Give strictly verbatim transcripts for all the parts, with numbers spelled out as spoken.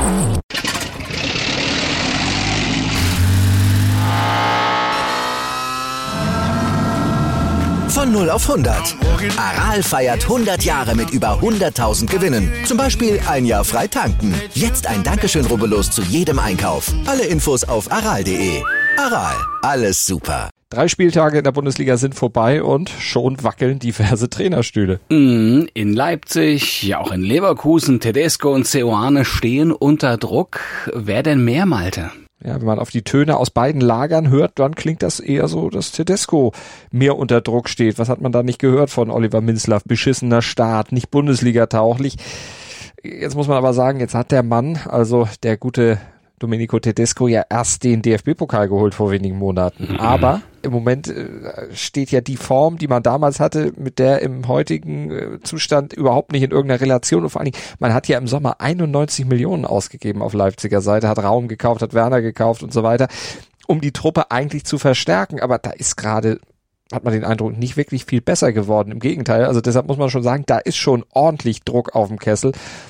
Von null auf hundert. Aral feiert hundert Jahre mit über hunderttausend Gewinnen. Zum Beispiel ein Jahr frei tanken. Jetzt ein Dankeschön, rubbellos zu jedem Einkauf. Alle Infos auf aral punkt de. Aral, alles super. Drei Spieltage in der Bundesliga sind vorbei und schon wackeln diverse Trainerstühle. In Leipzig, ja auch in Leverkusen, Tedesco und Seoane stehen unter Druck. Wer denn mehr, Malte? Ja, wenn man auf die Töne aus beiden Lagern hört, dann klingt das eher so, dass Tedesco mehr unter Druck steht. Was hat man da nicht gehört von Oliver Minzlaff? Beschissener Start, nicht Bundesliga-tauglich. Jetzt muss man aber sagen, jetzt hat der Mann, also der gute Domenico Tedesco, ja erst den D F B-Pokal geholt vor wenigen Monaten. Mhm. Aber im Moment äh, steht ja die Form, die man damals hatte, mit der im heutigen äh, Zustand überhaupt nicht in irgendeiner Relation. Und vor allen Dingen, man hat ja im Sommer einundneunzig Millionen ausgegeben auf Leipziger Seite, hat Raum gekauft, hat Werner gekauft und so weiter, um die Truppe eigentlich zu verstärken. Aber da ist gerade, hat man den Eindruck, nicht wirklich viel besser geworden. Im Gegenteil, also deshalb muss man schon sagen, da ist schon ordentlich Druck auf dem Kessel.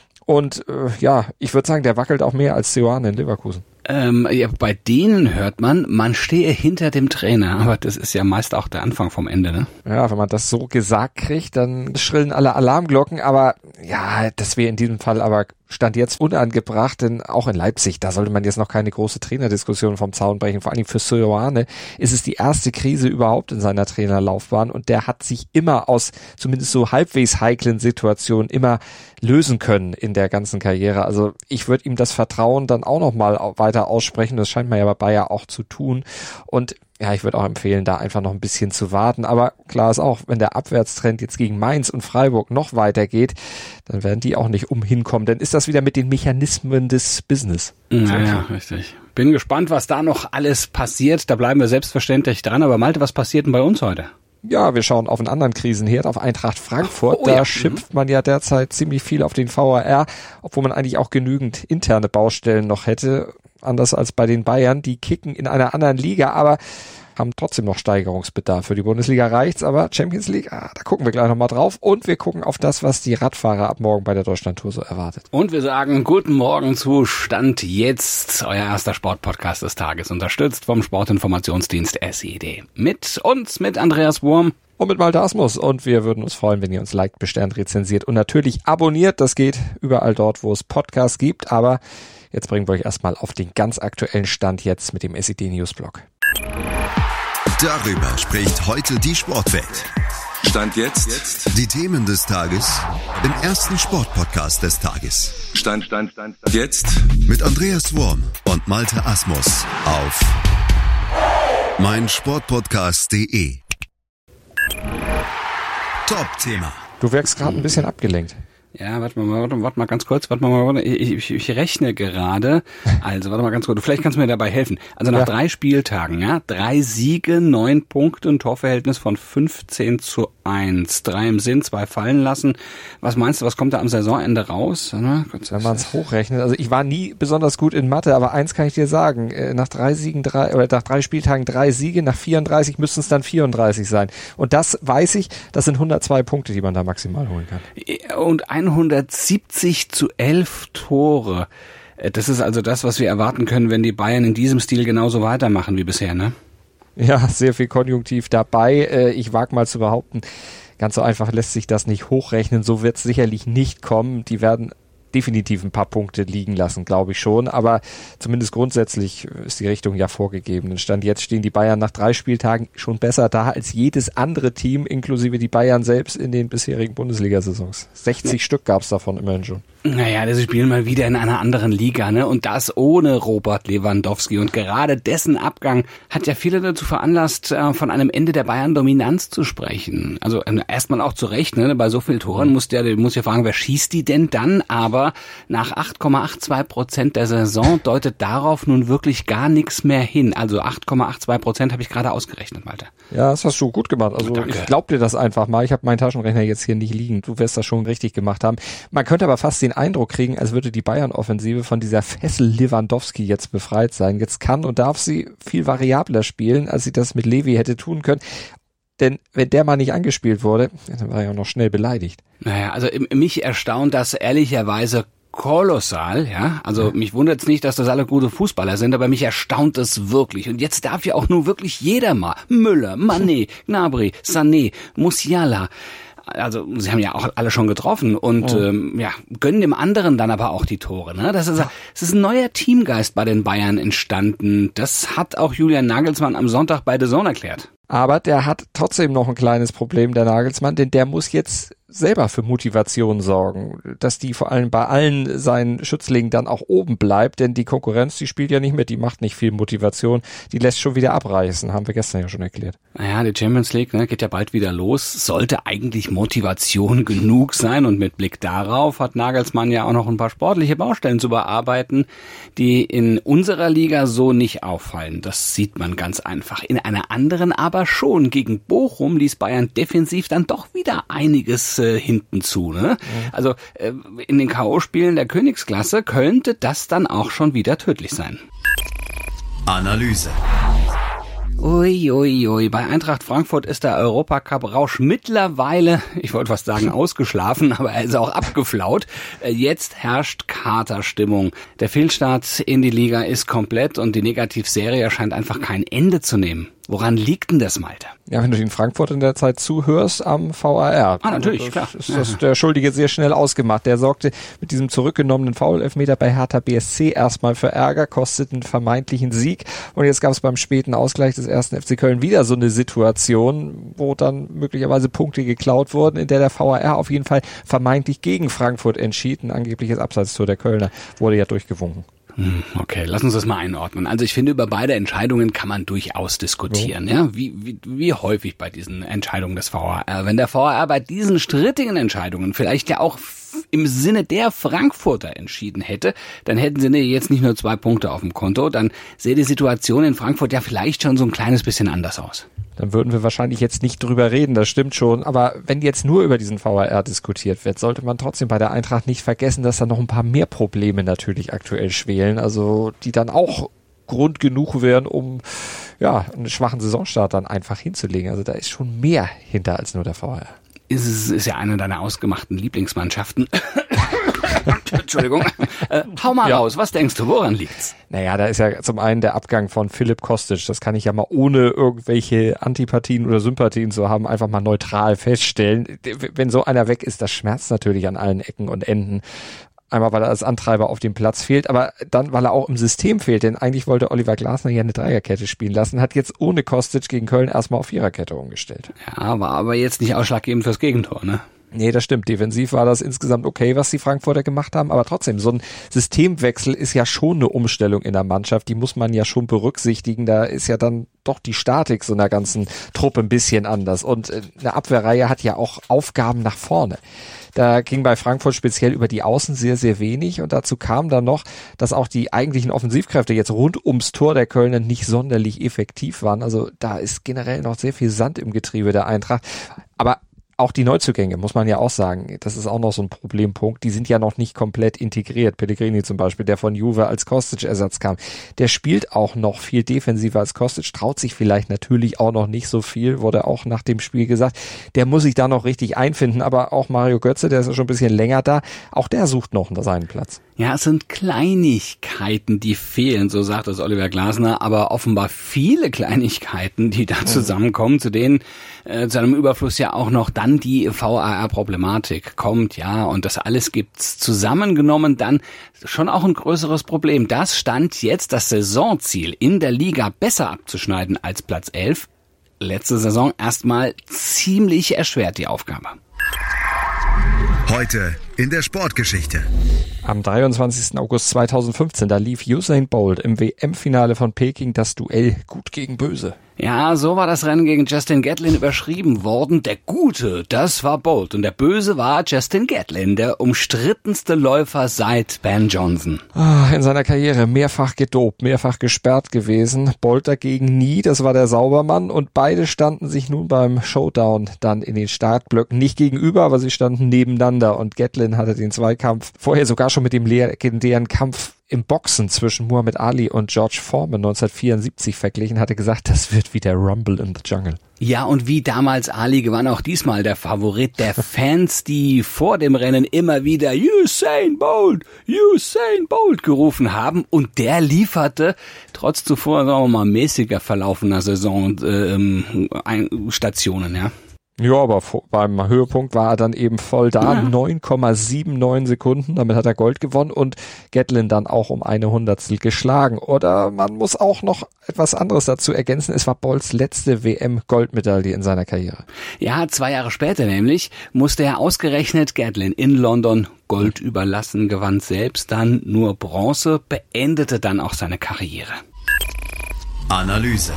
Und äh, ja, ich würde sagen, der wackelt auch mehr als Seoane in Leverkusen. Ähm, ja, bei denen hört man, man stehe hinter dem Trainer, aber das ist ja meist auch der Anfang vom Ende, ne? Ja, wenn man das so gesagt kriegt, dann schrillen alle Alarmglocken, aber ja, das wäre in diesem Fall aber Stand jetzt unangebracht, denn auch in Leipzig, da sollte man jetzt noch keine große Trainerdiskussion vom Zaun brechen. Vor allem für Seoane ist es die erste Krise überhaupt in seiner Trainerlaufbahn und der hat sich immer aus zumindest so halbwegs heiklen Situationen immer lösen können in der ganzen Karriere. Also ich würde ihm das Vertrauen dann auch nochmal weiter aussprechen. Das scheint man ja bei Bayer auch zu tun. Und ja, ich würde auch empfehlen, da einfach noch ein bisschen zu warten. Aber klar ist auch, wenn der Abwärtstrend jetzt gegen Mainz und Freiburg noch weitergeht, dann werden die auch nicht umhinkommen. Dann ist das wieder mit den Mechanismen des Business. Naja, richtig. Bin gespannt, was da noch alles passiert. Da bleiben wir selbstverständlich dran. Aber Malte, was passiert denn bei uns heute? Ja, wir schauen auf einen anderen Krisenherd, auf Eintracht Frankfurt. Oh, da ja. schimpft man ja derzeit ziemlich viel auf den V A R, obwohl man eigentlich auch genügend interne Baustellen noch hätte. Anders als bei den Bayern, die kicken in einer anderen Liga, aber haben trotzdem noch Steigerungsbedarf. Für die Bundesliga reicht's, aber Champions League, ah, da gucken wir gleich nochmal drauf. Und wir gucken auf das, was die Radfahrer ab morgen bei der Deutschlandtour so erwartet. Und wir sagen guten Morgen zu Stand jetzt, euer erster Sportpodcast des Tages, unterstützt vom Sportinformationsdienst S I D. Mit uns, mit Andreas Wurm. Und mit Malte Asmus. Und wir würden uns freuen, wenn ihr uns liked, besternt, rezensiert und natürlich abonniert. Das geht überall dort, wo es Podcasts gibt. Aber jetzt bringen wir euch erstmal auf den ganz aktuellen Stand jetzt mit dem S I D Newsblog. Darüber spricht heute die Sportwelt. Stand jetzt. jetzt die Themen des Tages im ersten Sportpodcast des Tages. Stand, Stand, Stand, Stand. Jetzt mit Andreas Wurm und Malte Asmus auf meinsportpodcast punkt de. Top-Thema. Du wirkst gerade ein bisschen abgelenkt. Ja, warte mal, warte, warte mal ganz kurz, warte mal, warte, ich, ich, ich rechne gerade. Also, warte mal ganz kurz, vielleicht kannst du mir dabei helfen. Also nach ja. drei Spieltagen, ja, drei Siege, neun Punkte, ein Torverhältnis von fünfzehn zu eins. Drei im Sinn, zwei fallen lassen. Was meinst du, was kommt da am Saisonende raus? Na, Gott, wenn man es hochrechnet. Also ich war nie besonders gut in Mathe, aber eins kann ich dir sagen. Nach drei Siegen, drei, oder nach drei Spieltagen drei Siege, nach vierunddreißig müssten es dann vierunddreißig sein. Und das weiß ich, das sind hundertzwei Punkte, die man da maximal holen kann. Und hundertsiebzig zu elf Tore. Das ist also das, was wir erwarten können, wenn die Bayern in diesem Stil genauso weitermachen wie bisher, ne? Ja, sehr viel Konjunktiv dabei. Ich wage mal zu behaupten, ganz so einfach lässt sich das nicht hochrechnen. So wird es sicherlich nicht kommen. Die werden definitiv ein paar Punkte liegen lassen, glaube ich schon. Aber zumindest grundsätzlich ist die Richtung ja vorgegeben. Denn Stand jetzt stehen die Bayern nach drei Spieltagen schon besser da als jedes andere Team, inklusive die Bayern selbst in den bisherigen Bundesliga-Saisons. sechzig ja. Stück gab es davon immerhin schon. Naja, sie spielen mal wieder in einer anderen Liga, ne? Und das ohne Robert Lewandowski. Und gerade dessen Abgang hat ja viele dazu veranlasst, von einem Ende der Bayern-Dominanz zu sprechen. Also erstmal auch zu Recht, ne? Bei so vielen Toren muss der, muss ja fragen, wer schießt die denn dann? Aber nach acht Komma zweiundachtzig Prozent der Saison deutet darauf nun wirklich gar nichts mehr hin. Also acht Komma zweiundachtzig Prozent habe ich gerade ausgerechnet, Malte. Ja, das hast du gut gemacht. Also Danke. Ich glaub dir das einfach mal. Ich habe meinen Taschenrechner jetzt hier nicht liegen. Du wirst das schon richtig gemacht haben. Man könnte aber fast den Eindruck kriegen, als würde die Bayern-Offensive von dieser Fessel Lewandowski jetzt befreit sein. Jetzt kann und darf sie viel variabler spielen, als sie das mit Levi hätte tun können. Denn wenn der mal nicht angespielt wurde, dann war er ja noch schnell beleidigt. Naja, also mich erstaunt das ehrlicherweise kolossal, ja. Also mich wundert es nicht, dass das alle gute Fußballer sind, aber mich erstaunt es wirklich. Und jetzt darf ja auch nur wirklich jeder mal. Müller, Mané, Gnabry, Sané, Musiala. Also sie haben ja auch alle schon getroffen und oh. ähm, ja, gönnen dem anderen dann aber auch die Tore. Ne? Das ist, das ist ein neuer Teamgeist bei den Bayern entstanden. Das hat auch Julian Nagelsmann am Sonntag bei The Zone erklärt. Aber der hat trotzdem noch ein kleines Problem, der Nagelsmann, denn der muss jetzt selber für Motivation sorgen, dass die vor allem bei allen seinen Schützlingen dann auch oben bleibt, denn die Konkurrenz, die spielt ja nicht mit, die macht nicht viel Motivation, die lässt schon wieder abreißen, haben wir gestern ja schon erklärt. Naja, die Champions League ne, geht ja bald wieder los, sollte eigentlich Motivation genug sein und mit Blick darauf hat Nagelsmann ja auch noch ein paar sportliche Baustellen zu bearbeiten, die in unserer Liga so nicht auffallen, das sieht man ganz einfach. In einer anderen aber schon, gegen Bochum ließ Bayern defensiv dann doch wieder einiges hinten zu. Ne? Also äh, in den K O-Spielen der Königsklasse könnte das dann auch schon wieder tödlich sein. Analyse. Ui, ui, ui. Bei Eintracht Frankfurt ist der Europacup-Rausch mittlerweile, ich wollte fast sagen ausgeschlafen, aber er ist auch abgeflaut. Jetzt herrscht Katerstimmung. Der Fehlstart in die Liga ist komplett und die Negativserie scheint einfach kein Ende zu nehmen. Woran liegt denn das, Malte? Ja, wenn du in Frankfurt in der Zeit zuhörst, am V A R. Ah, natürlich, das klar. Ist das der Schuldige sehr schnell ausgemacht. Der sorgte mit diesem zurückgenommenen Foul-Elfmeter bei Hertha B S C erstmal für Ärger, kostet einen vermeintlichen Sieg. Und jetzt gab es beim späten Ausgleich des ersten F C Köln wieder so eine Situation, wo dann möglicherweise Punkte geklaut wurden, in der der V A R auf jeden Fall vermeintlich gegen Frankfurt entschied. Ein angebliches Abseitstor der Kölner wurde ja durchgewunken. Okay, lass uns das mal einordnen. Also ich finde, über beide Entscheidungen kann man durchaus diskutieren, ja, wie, wie, wie häufig bei diesen Entscheidungen des V A R. Wenn der V A R bei diesen strittigen Entscheidungen vielleicht ja auch im Sinne der Frankfurter entschieden hätte, dann hätten sie jetzt nicht nur zwei Punkte auf dem Konto, dann sähe die Situation in Frankfurt ja vielleicht schon so ein kleines bisschen anders aus. Dann würden wir wahrscheinlich jetzt nicht drüber reden, das stimmt schon. Aber wenn jetzt nur über diesen V A R diskutiert wird, sollte man trotzdem bei der Eintracht nicht vergessen, dass da noch ein paar mehr Probleme natürlich aktuell schwelen. Also die dann auch Grund genug wären, um ja einen schwachen Saisonstart dann einfach hinzulegen. Also da ist schon mehr hinter als nur der V A R. Ist es ist ja eine deiner ausgemachten Lieblingsmannschaften. Entschuldigung. Äh, hau mal ja. raus, was denkst du, woran liegt's? Naja, da ist ja zum einen der Abgang von Philipp Kostic. Das kann ich ja mal ohne irgendwelche Antipathien oder Sympathien zu haben, einfach mal neutral feststellen. Wenn so einer weg ist, das schmerzt natürlich an allen Ecken und Enden. Einmal, weil er als Antreiber auf dem Platz fehlt, aber dann, weil er auch im System fehlt, denn eigentlich wollte Oliver Glasner ja eine Dreierkette spielen lassen, hat jetzt ohne Kostic gegen Köln erstmal auf Viererkette umgestellt. Ja, war aber jetzt nicht ausschlaggebend fürs Gegentor, ne? Nee, das stimmt. Defensiv war das insgesamt okay, was die Frankfurter gemacht haben, aber trotzdem, so ein Systemwechsel ist ja schon eine Umstellung in der Mannschaft, die muss man ja schon berücksichtigen, da ist ja dann doch die Statik so einer ganzen Truppe ein bisschen anders und eine Abwehrreihe hat ja auch Aufgaben nach vorne. Da ging bei Frankfurt speziell über die Außen sehr, sehr wenig und dazu kam dann noch, dass auch die eigentlichen Offensivkräfte jetzt rund ums Tor der Kölner nicht sonderlich effektiv waren. Also da ist generell noch sehr viel Sand im Getriebe der Eintracht. Aber auch die Neuzugänge, muss man ja auch sagen, das ist auch noch so ein Problempunkt, die sind ja noch nicht komplett integriert. Pellegrini zum Beispiel, der von Juve als Kostic-Ersatz kam, der spielt auch noch viel defensiver als Kostic, traut sich vielleicht natürlich auch noch nicht so viel, wurde auch nach dem Spiel gesagt, der muss sich da noch richtig einfinden, aber auch Mario Götze, der ist ja schon ein bisschen länger da, auch der sucht noch seinen Platz. Ja, es sind Kleinigkeiten, die fehlen, so sagt es Oliver Glasner, aber offenbar viele Kleinigkeiten, die da zusammenkommen, zu denen äh, zu einem Überfluss ja auch noch dann die V A R-Problematik kommt, ja, und das alles gibt's zusammengenommen dann schon auch ein größeres Problem. Das stand jetzt das Saisonziel, in der Liga besser abzuschneiden als Platz elf. Letzte Saison erstmal ziemlich erschwert die Aufgabe. Heute in der Sportgeschichte. Am dreiundzwanzigsten August zweitausendfünfzehn, da lief Usain Bolt im W M-Finale von Peking das Duell Gut gegen Böse. Ja, so war das Rennen gegen Justin Gatlin überschrieben worden. Der Gute, das war Bolt und der Böse war Justin Gatlin, der umstrittenste Läufer seit Ben Johnson. In seiner Karriere mehrfach gedopt, mehrfach gesperrt gewesen. Bolt dagegen nie, das war der Saubermann und beide standen sich nun beim Showdown dann in den Startblöcken nicht gegenüber, aber sie standen nebeneinander und Gatlin hatte den Zweikampf vorher sogar schon mit dem legendären Kampf im Boxen zwischen Muhammad Ali und George Foreman neunzehnhundertvierundsiebzig verglichen, hatte gesagt, das wird wie der Rumble in the Jungle. Ja, und wie damals Ali gewann auch diesmal der Favorit der Fans, die vor dem Rennen immer wieder Usain Bolt, Usain Bolt gerufen haben. Und der lieferte, trotz zuvor, sagen wir mal, mäßiger verlaufener Saison und äh, Stationen, ja. Ja, aber beim Höhepunkt war er dann eben voll da, ja. neun Komma neunundsiebzig Sekunden, damit hat er Gold gewonnen und Gatlin dann auch um eine Hundertstel geschlagen. Oder man muss auch noch etwas anderes dazu ergänzen, es war Bolts letzte W M-Goldmedaille in seiner Karriere. Ja, zwei Jahre später nämlich musste er ausgerechnet Gatlin in London Gold überlassen, gewann selbst dann nur Bronze, beendete dann auch seine Karriere. Analyse.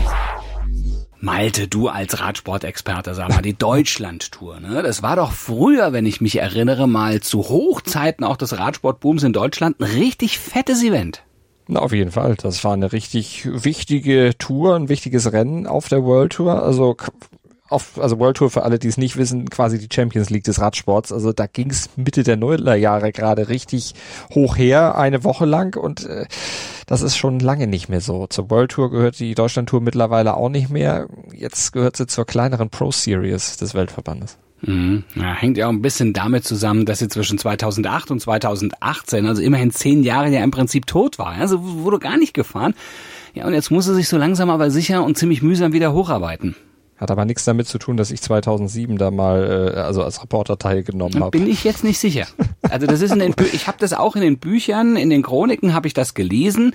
Malte, du als Radsportexperte, sag mal, die Deutschland-Tour, ne? Das war doch früher, wenn ich mich erinnere, mal zu Hochzeiten auch des Radsportbooms in Deutschland ein richtig fettes Event. Na, auf jeden Fall. Das war eine richtig wichtige Tour, ein wichtiges Rennen auf der World Tour. Also auf, also World Tour für alle, die es nicht wissen, quasi die Champions League des Radsports. Also da ging es Mitte der Nullerjahre gerade richtig hoch her, eine Woche lang, und äh, das ist schon lange nicht mehr so. Zur World Tour gehört die Deutschland Tour mittlerweile auch nicht mehr. Jetzt gehört sie zur kleineren Pro Series des Weltverbandes. Mhm. Ja, hängt ja auch ein bisschen damit zusammen, dass sie zwischen zweitausendacht und zweitausendachtzehn, also immerhin zehn Jahre, ja im Prinzip tot war. Also wurde gar nicht gefahren. Ja, und jetzt muss sie sich so langsam aber sicher und ziemlich mühsam wieder hocharbeiten. Hat aber nichts damit zu tun, dass ich zweitausendsieben da mal äh, also als Reporter teilgenommen habe. Bin ich jetzt nicht sicher. Also das ist in den Bü- ich habe das auch in den Büchern, in den Chroniken habe ich das gelesen.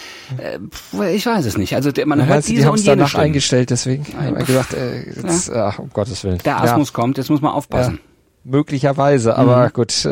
Äh, ich weiß es nicht. Also man ja, hört meinst, diese die haben und es jene danach Stimmen. eingestellt, deswegen haben wir gesagt, äh, jetzt, ja. ach, um Gottes Willen. Der Asmus ja. kommt, jetzt muss man aufpassen. Ja. Möglicherweise, aber mhm. gut,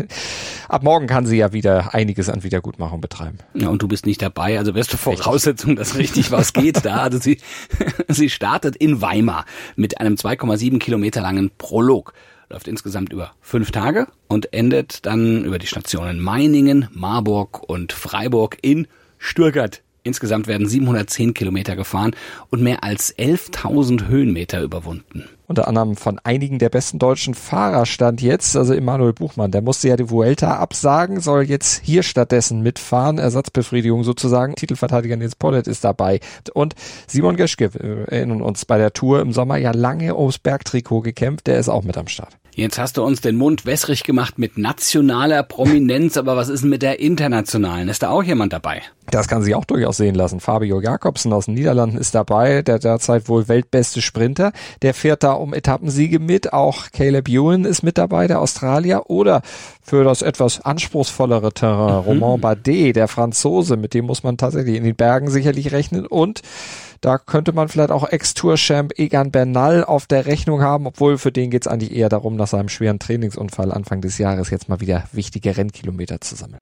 ab morgen kann sie ja wieder einiges an Wiedergutmachung betreiben. Ja, und du bist nicht dabei, also beste Voraussetzung, dass richtig was geht da. Also sie, sie startet in Weimar mit einem zwei Komma sieben Kilometer langen Prolog. Läuft insgesamt über fünf Tage und endet dann über die Stationen Meiningen, Marburg und Freiburg in Stuttgart. Insgesamt werden siebenhundertzehn Kilometer gefahren und mehr als elftausend Höhenmeter überwunden. Unter anderem von einigen der besten deutschen Fahrer stand jetzt, also Emanuel Buchmann, der musste ja die Vuelta absagen, soll jetzt hier stattdessen mitfahren, Ersatzbefriedigung sozusagen. Titelverteidiger Nils Politt ist dabei. Und Simon Geschke, wir erinnern uns, bei der Tour im Sommer ja lange ums Bergtrikot gekämpft, der ist auch mit am Start. Jetzt hast du uns den Mund wässrig gemacht mit nationaler Prominenz, aber was ist denn mit der internationalen? Ist da auch jemand dabei? Das kann sich auch durchaus sehen lassen. Fabio Jakobsen aus den Niederlanden ist dabei, der derzeit wohl weltbeste Sprinter. Der fährt da um Etappensiege mit. Auch Caleb Ewan ist mit dabei, der Australier. Oder für das etwas anspruchsvollere Terrain, mhm. Romain Bardet, der Franzose, mit dem muss man tatsächlich in den Bergen sicherlich rechnen. Und da könnte man vielleicht auch Ex-Tour-Champ Egan Bernal auf der Rechnung haben, obwohl für den geht es eigentlich eher darum, nach seinem schweren Trainingsunfall Anfang des Jahres jetzt mal wieder wichtige Rennkilometer zu sammeln.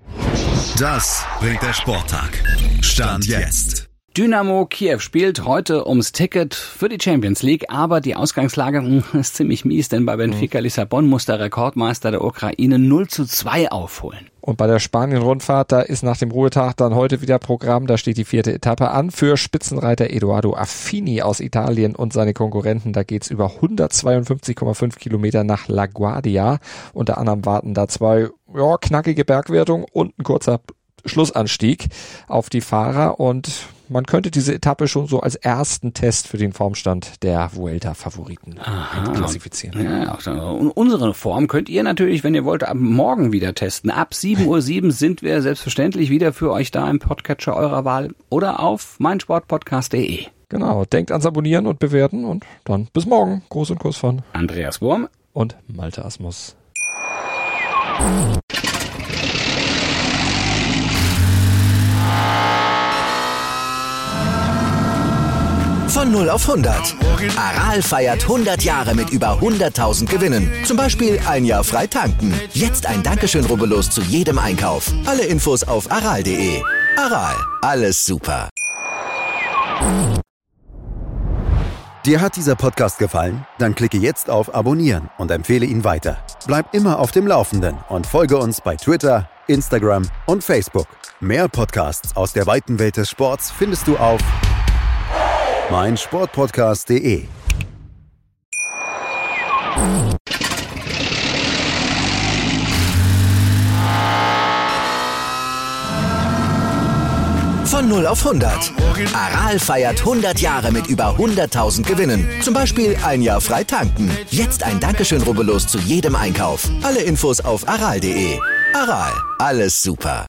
Das bringt der Sporttag. Stand jetzt. Dynamo Kiew spielt heute ums Ticket für die Champions League, aber die Ausgangslage mh, ist ziemlich mies, denn bei Benfica Lissabon muss der Rekordmeister der Ukraine null zu zwei aufholen. Und bei der Spanien-Rundfahrt, da ist nach dem Ruhetag dann heute wieder Programm, da steht die vierte Etappe an für Spitzenreiter Edoardo Affini aus Italien und seine Konkurrenten. Da geht's über hundertzweiundfünfzig Komma fünf Kilometer nach La Guardia. Unter anderem warten da zwei ja, knackige Bergwertungen und ein kurzer Schlussanstieg auf die Fahrer, und man könnte diese Etappe schon so als ersten Test für den Formstand der Vuelta-Favoriten klassifizieren. Ja, und unsere Form könnt ihr natürlich, wenn ihr wollt, ab morgen wieder testen. Ab sieben Uhr sieben sind wir selbstverständlich wieder für euch da im Podcatcher eurer Wahl oder auf meinsportpodcast punkt de. Genau, denkt ans Abonnieren und Bewerten, und dann bis morgen. Gruß und Kuss von Andreas Wurm und Malte Asmus. Von null auf hundert. Aral feiert hundert Jahre mit über hunderttausend Gewinnen. Zum Beispiel ein Jahr frei tanken. Jetzt ein Dankeschön, rubbellos zu jedem Einkauf. Alle Infos auf aral punkt de. Aral, alles super. Dir hat dieser Podcast gefallen? Dann klicke jetzt auf Abonnieren und empfehle ihn weiter. Bleib immer auf dem Laufenden und folge uns bei Twitter, Instagram und Facebook. Mehr Podcasts aus der weiten Welt des Sports findest du auf meinsportpodcast punkt de. Von null auf hundert. Aral feiert hundert Jahre mit über hunderttausend Gewinnen. Zum Beispiel ein Jahr frei tanken. Jetzt ein Dankeschön, rubbellos zu jedem Einkauf. Alle Infos auf aral punkt de. Aral, alles super.